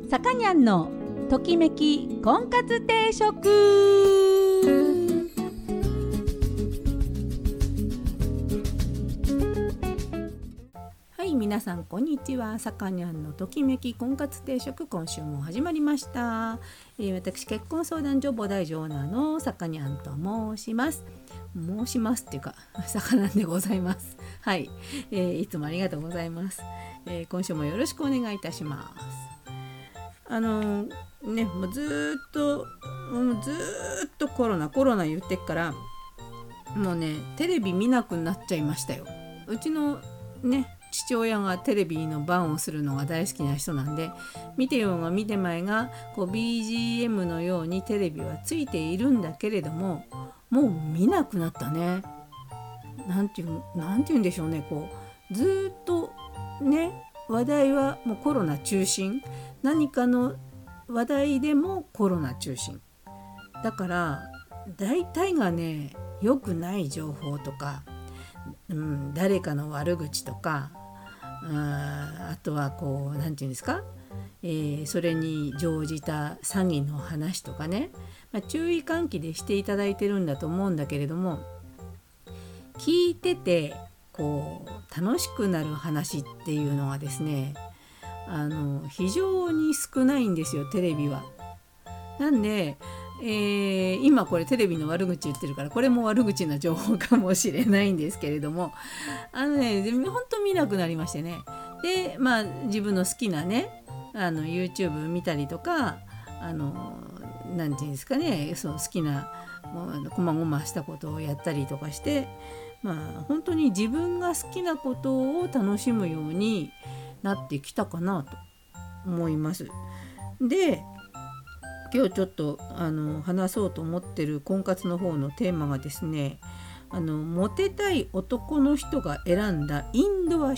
さかにゃんのときめき婚活定食。はい、皆さんこんにちは。さかにゃんのときめき婚活定食、今週も始まりました。私結婚相談所母大女オーナーのさかにゃんと申しますっていうかさかなんでございます。はい、いつもありがとうございます。今週もよろしくお願いいたします。もうずっとコロナ言ってっから、もうねテレビ見なくなっちゃいましたよ。うちのね父親がテレビの番をするのが大好きな人なんで、見てようが見てまいがこう BGM のようにテレビはついているんだけれども、もう見なくなったね。なんていうんでしょうね、こうずっとね話題はもうコロナ中心、何かの話題でもコロナ中心だから、大体がね良くない情報とか、誰かの悪口とか、あとはこうなんていうんですか、それに乗じた詐欺の話とかね、注意喚起でしていただいてるんだと思うんだけれども、聞いててこう楽しくなる話っていうのはですね、非常に少ないんですよ、テレビは。なんで、今これテレビの悪口言ってるから、これも悪口な情報かもしれないんですけれども、本当見なくなりましてね。で自分の好きなねYouTube 見たりとか、なんていうんですかね、そう好きなこまごましたことをやったりとかして、本当に自分が好きなことを楽しむようになってきたかなと思います。で、今日ちょっと話そうと思ってる婚活の方のテーマがですね、モテたい男の人が選んだインドアな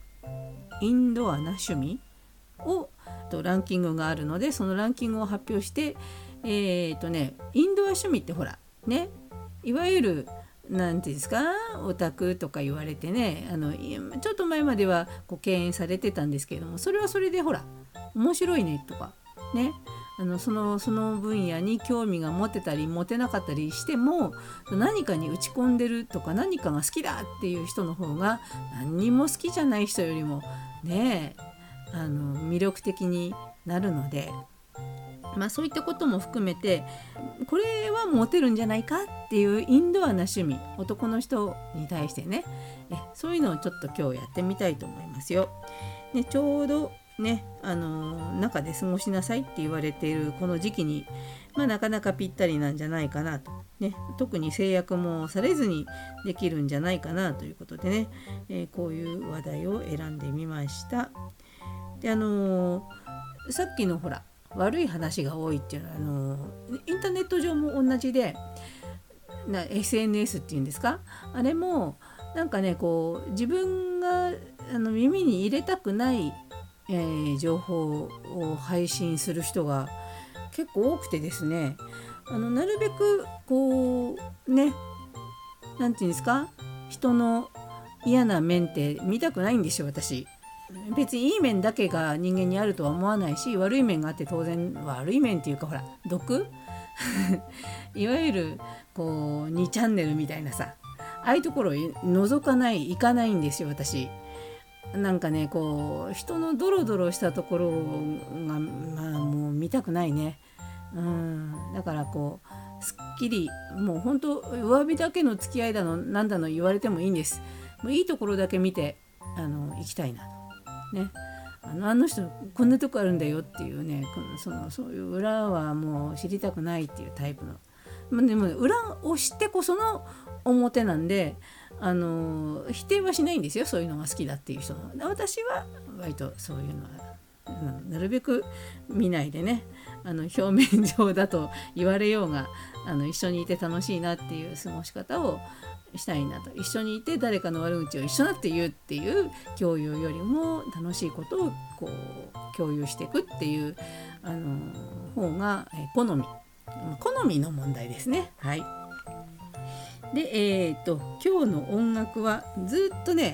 趣味をランキングがあるので、そのランキングを発表して、インドア趣味ってほらね、いわゆるなんていうんですか、オタクとか言われてね、ちょっと前まではこう敬遠されてたんですけれども、それはそれでほら面白いねとかね、その分野に興味が持てたり持てなかったりしても、何かに打ち込んでるとか何かが好きだっていう人の方が、何にも好きじゃない人よりもね魅力的になるので、そういったことも含めて、これはモテるんじゃないかっていうインドアな趣味、男の人に対してね、そういうのをちょっと今日やってみたいと思いますよ。で、ちょうどね中で過ごしなさいって言われているこの時期に、なかなかぴったりなんじゃないかなとね、特に制約もされずにできるんじゃないかなということでね、こういう話題を選んでみました。で、さっきのほら悪い話が多いっていうのはインターネット上も同じで、SNS っていうんですか、あれもなんかねこう自分が耳に入れたくない、情報を配信する人が結構多くてですね、なるべくこうね、なんていうんですか、人の嫌な面って見たくないんですよ、私。別にいい面だけが人間にあるとは思わないし、悪い面があって当然、悪い面っていうかほら毒いわゆるこう2チャンネルみたいなさ、ああいうところを覗かない、行かないんですよ、私。なんかねこう人のドロドロしたところがもう見たくないね。だからこうすっきり、もう本当上火だけの付き合いだのなんだの言われてもいいんです。もういいところだけ見て行きたいなとね、あの人こんなとこあるんだよっていうね、そういう裏はもう知りたくないっていうタイプの、でも裏を知ってこその表なんで、否定はしないんですよ、そういうのが好きだっていう人の。私は割とそういうのはなるべく見ないでね、表面上だと言われようが一緒にいて楽しいなっていう過ごし方をしたいなと。一緒にいて誰かの悪口を一緒だって言うっていう共有よりも、楽しいことをこう共有していくっていう方が好みの問題ですね。はい。で、今日の音楽はずっとね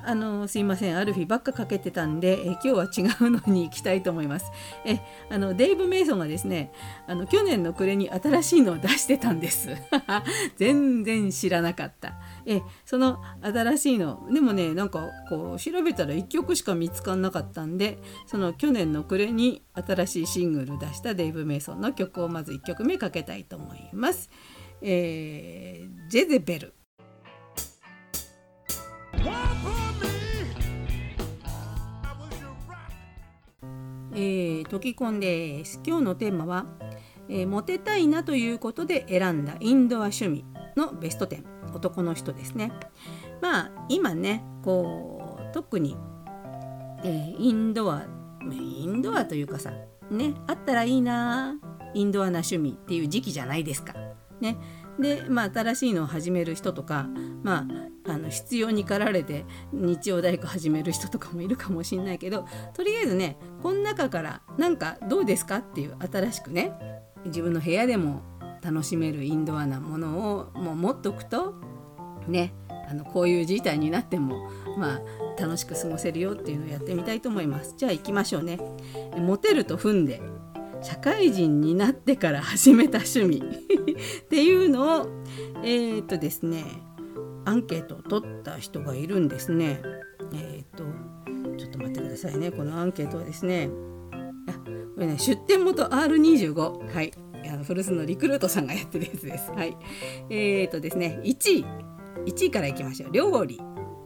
すいません、アルフィばっかかけてたんで、今日は違うのに行きたいと思います。デイブ・メイソンがですね、去年の暮れに新しいのを出してたんです全然知らなかった。その新しいのでもね、なんかこう調べたら1曲しか見つからなかったんで、その去年の暮れに新しいシングル出したデイブ・メイソンの曲をまず1曲目かけたいと思います。ジェゼベル。トキコンです。今日のテーマは、モテたいなということで選んだインドア趣味のベスト10、男の人ですね。今ね、こう特に、インドアというかさね、あったらいいな、インドアな趣味っていう時期じゃないですかね。で、新しいのを始める人とか、必要に駆られて日曜大工始める人とかもいるかもしれないけど、とりあえずね、この中からなんかどうですかっていう、新しくね、自分の部屋でも楽しめるインドアなものをもう持っとくとね、こういう事態になっても楽しく過ごせるよっていうのをやってみたいと思います。じゃあ行きましょうね。モテると踏んで社会人になってから始めた趣味っていうのをですね、アンケートを取った人がいるんですね。ちょっと待ってくださいね。このアンケートはですね、これね、出典元 R25、はい、古巣のリクルートさんがやってるやつです。はい、ですね、1位からいきましょう。料理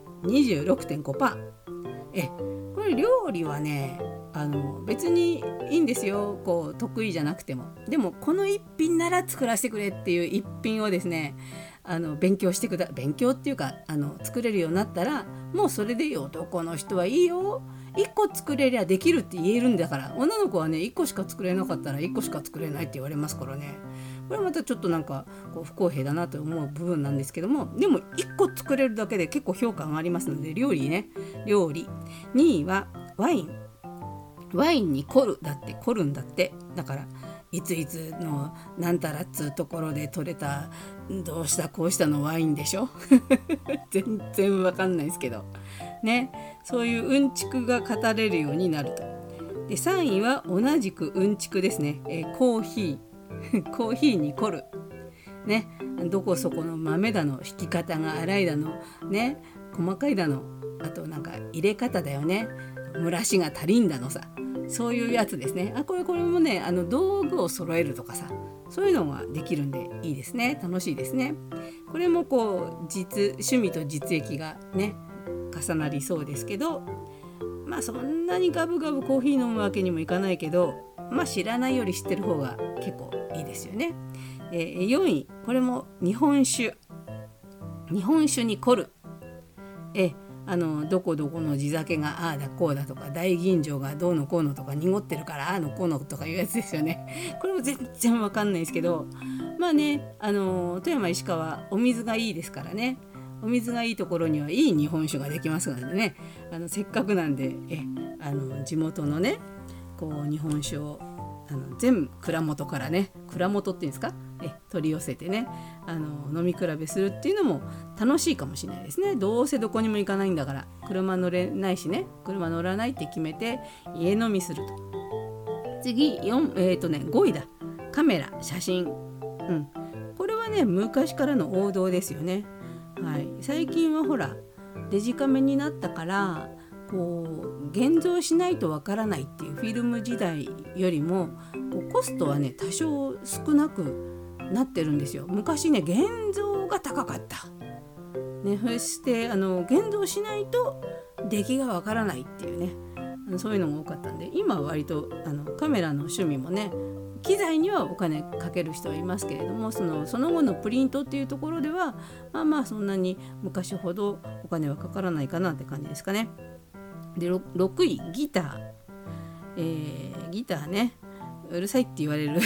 26.5%。これ料理はね、別にいいんですよ、こう得意じゃなくても。でもこの一品なら作らせてくれっていう一品をですね、勉強っていうか作れるようになったら、もうそれでいいよ。男の人はいいよ、1個作れりゃできるって言えるんだから。女の子はね、1個しか作れなかったら1個しか作れないって言われますからね。これはまたちょっとなんかこう不公平だなと思う部分なんですけども、でも1個作れるだけで結構評価がありますので、料理。2位はワインに凝るんだって。だからいついつのなんたらっつうところで取れたどうしたこうしたのワインでしょ全然わかんないですけどね、そういううんちくが語れるようになると。で、3位は同じくうんちくですね。コーヒーに凝るね。どこそこの豆だの、引き方が粗いだのね、細かいだの、あとなんか入れ方だよね、蒸らしが足りんだのさ、そういうやつですね。これもね、道具を揃えるとかさ、そういうのができるんでいいですね。楽しいですね。これもこう趣味と実益がね重なりそうですけど、そんなにガブガブコーヒー飲むわけにもいかないけど、知らないより知ってる方が結構いいですよね。4位、これも日本酒に凝る。どこどこの地酒がああだこうだとか、大吟醸がどうのこうのとか、濁ってるからああのこうのとかいうやつですよね。これも全然わかんないですけど、富山石川お水がいいですからね。お水がいいところにはいい日本酒ができますのでね、せっかくなんで地元のね、こう日本酒を全蔵元からね、蔵元っていうんですか、取り寄せてね、飲み比べするっていうのも楽しいかもしれないですね。どうせどこにも行かないんだから、車乗れないしね、車乗らないって決めて家飲みすると。次5位だ。カメラ、写真、これはね昔からの王道ですよね。はい、最近はほらデジカメになったから、こう現像しないとわからないっていうフィルム時代よりもコストはね多少少なくなってるんですよ。昔ね現像が高かった、ね、そして現像しないと出来がわからないっていうね、そういうのが多かったんで、今は割とカメラの趣味もね、機材にはお金かける人はいますけれども、その後のプリントっていうところではそんなに昔ほどお金はかからないかなって感じですかね。で6位ギター、ギターね、うるさいって言われる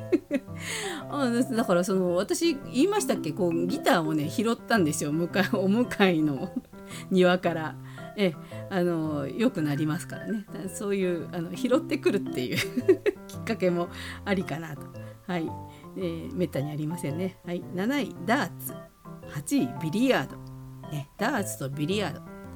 だから私言いましたっけ、こうギターをね拾ったんですよ、お向かいの庭から。よくなりますからね。そういう拾ってくるっていうきっかけもありかなと。はい、めったにありませんね。はい、7位ダーツ、8位ビリヤード、ダーツとビリヤード、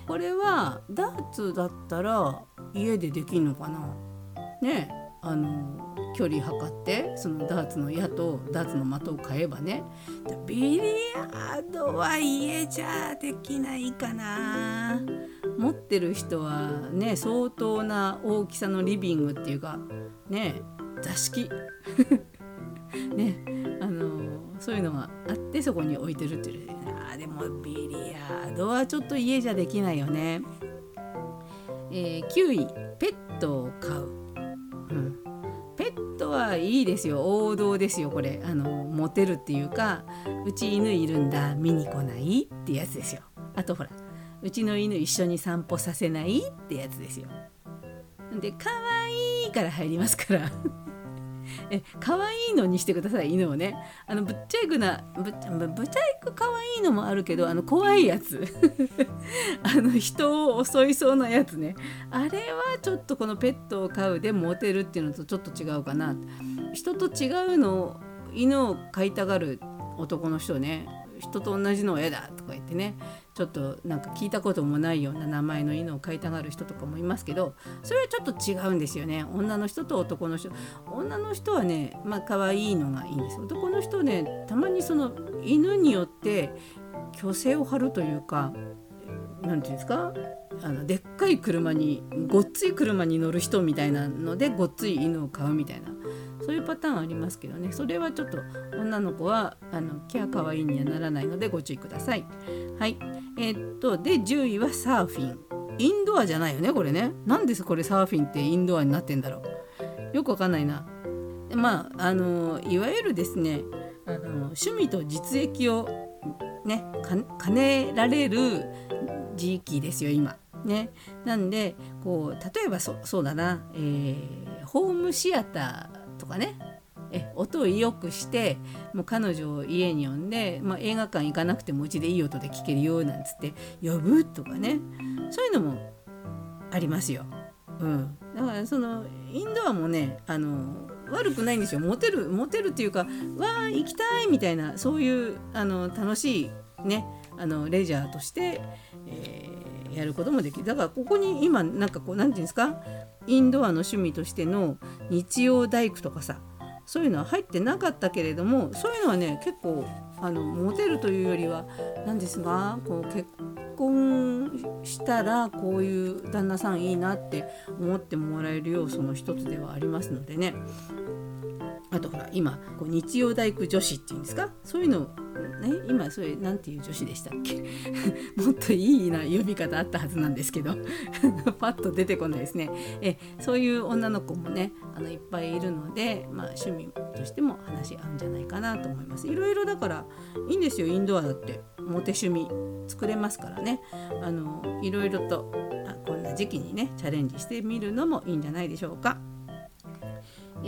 これはダーツだったら家でできるのかなね。距離測ってそのダーツの矢とダーツの的を買えばね。ビリヤードは家じゃできないかな。持ってる人はね、相当な大きさのリビングっていうかね、座敷ね、そういうのがあってそこに置いてるっていう。でもビリヤードはちょっと家じゃできないよね。9位ペットを飼う、ペットはいいですよ。王道ですよこれ。モテるっていうか、うち犬いるんだ見に来ないってやつですよ。あとほら、うちの犬一緒に散歩させないってやつですよ。で可愛いから入りますから可愛いのにしてください、犬をね。ぶっちゃいく可愛いのもあるけど、怖いやつ人を襲いそうなやつね。あれはちょっとこのペットを飼うでモテるっていうのとちょっと違うかな。人と違うの犬を飼いたがる男の人ね、人と同じの親だとか言ってね、ちょっとなんか聞いたこともないような名前の犬を飼いたがる人とかもいますけど、それはちょっと違うんですよね。女の人と男の人。女の人はね、可愛いのがいいんです。男の人ね、たまにその犬によって虚勢を張るというか、なんていうんですか、でっかい車にごっつい車に乗る人みたいなのでごっつい犬を飼うみたいな、そういうパターンありますけどね。それはちょっと女の子はキャーかわいいにはならないのでご注意ください。はい。で10位はサーフィン。インドアじゃないよねこれね。なんでこれサーフィンってインドアになってんだろう。よくわかんないな。いわゆるですね、趣味と実益をね兼ねられる時期ですよ今ね。なんでこう例えばそうだな、ホームシアターとかね、音を良くしてもう彼女を家に呼んで、映画館行かなくてもうちでいい音で聴けるよなんつって呼ぶとかね、そういうのもありますよ。だからそのインドアもね悪くないんですよ。モテるっていうか、わー行きたいみたいな、そういう楽しいねレジャーとして、やることもできる。だからここに今なんかこうなんていうんですか、インドアの趣味としての日曜大工とかさ、そういうのは入ってなかったけれども、そういうのはね結構モテるというよりは何ですが、こう結婚したらこういう旦那さんいいなって思ってもらえる要素の一つではありますのでね。あとほら今こう日曜大工女子っていうんですか、そういうのね、今それなんていう女子でしたっけもっといいな呼び方あったはずなんですけどパッと出てこないですね。そういう女の子もねいっぱいいるので、趣味としても話合うんじゃないかなと思います。いろいろだからいいんですよ。インドアだってモテ趣味作れますからね。いろいろとこんな時期にねチャレンジしてみるのもいいんじゃないでしょうか。はい、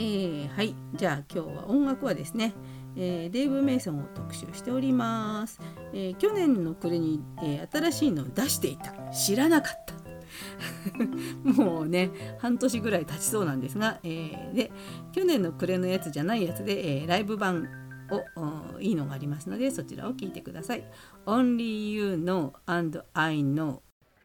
じゃあ今日は音楽はですね、デーブ・メイソンを特集しております。去年の暮れに、新しいのを出していた。知らなかったもうね半年ぐらい経ちそうなんですが、で去年の暮れのやつじゃないやつで、ライブ版をいいのがありますのでそちらを聞いてください。 Only You Know and I Know。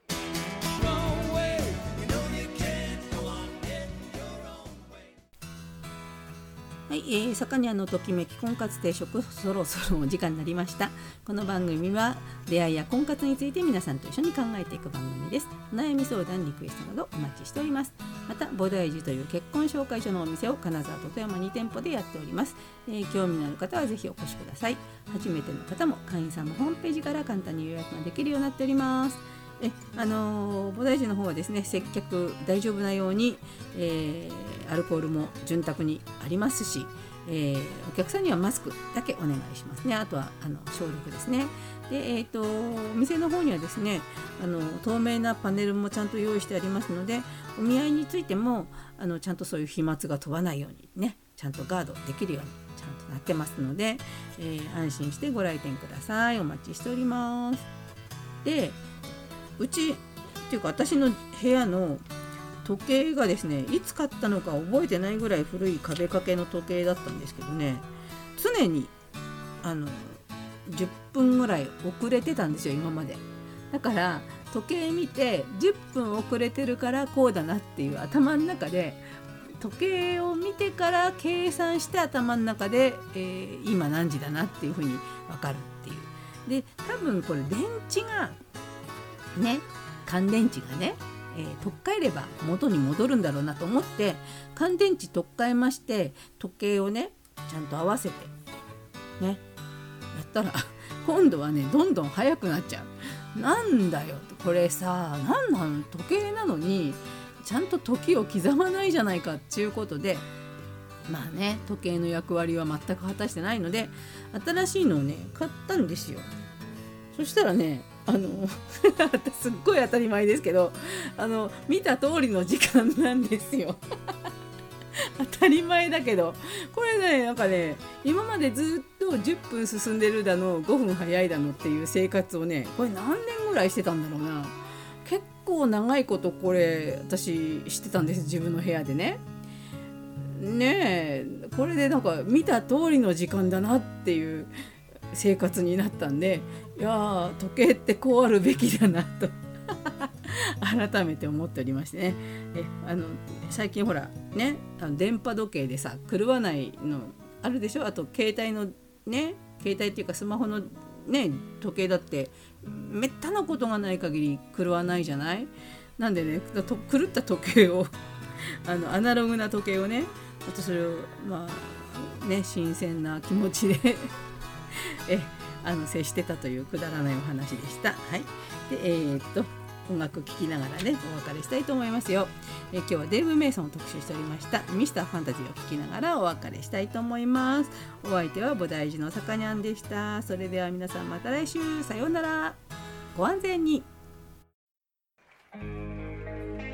はい、さかにゃんのときめき婚活定食、そろそろお時間になりました。この番組は出会いや婚活について皆さんと一緒に考えていく番組です。お悩み相談、リクエストなどお待ちしております。また菩提寺という結婚紹介所のお店を金沢と富山2店舗でやっております。興味のある方はぜひお越しください。初めての方も会員さんのホームページから簡単に予約ができるようになっております。菩提寺の方はですね、接客大丈夫なように、アルコールも潤沢にありますし、お客さんにはマスクだけお願いしますね。あとは消毒ですね。で、お店の方にはですね透明なパネルもちゃんと用意してありますので、お見合いについてもちゃんとそういう飛沫が飛ばないようにね、ちゃんとガードできるようにちゃんとなってますので、安心してご来店ください。お待ちしております。でうちっていうか私の部屋の時計がですね、いつ買ったのか覚えてないぐらい古い壁掛けの時計だったんですけどね、常に10分ぐらい遅れてたんですよ今まで。だから時計見て10分遅れてるからこうだなっていう頭の中で、時計を見てから計算して頭の中で、今何時だなっていうふうに分かるっていう。で多分これ電池がね、乾電池がね、取っ替えれば元に戻るんだろうなと思って乾電池取っ替えまして、時計をねちゃんと合わせてねやったら今度はねどんどん速くなっちゃう。なんだよこれさ、なんなの、時計なのにちゃんと時を刻まないじゃないかっていうことで、まあね時計の役割は全く果たしてないので新しいのをね買ったんですよ。そしたらねすっごい当たり前ですけど見た通りの時間なんですよ当たり前だけどこれねなんかね今までずっと10分進んでるだの5分早いだのっていう生活をねこれ何年ぐらいしてたんだろうな。結構長いことこれ私してたんです、自分の部屋でね。ねえこれでなんか見た通りの時間だなっていう生活になったんで、いや時計ってこうあるべきだなと改めて思っておりましてね。最近ほらね電波時計でさ狂わないのあるでしょ。あと携帯のね携帯っていうかスマホのね時計だってめったなことがない限り狂わないじゃない。なんでね狂った時計をアナログな時計をね私それをまあね新鮮な気持ちで接してたというくだらないお話でした。はい。で音楽聴きながらねお別れしたいと思いますよ。今日はデーブ・メイソンを特集しておりましたミスターファンタジーを聴きながらお別れしたいと思います。お相手は菩提寺のさかにゃんでした。それでは皆さんまた来週、さようなら、ご安全に。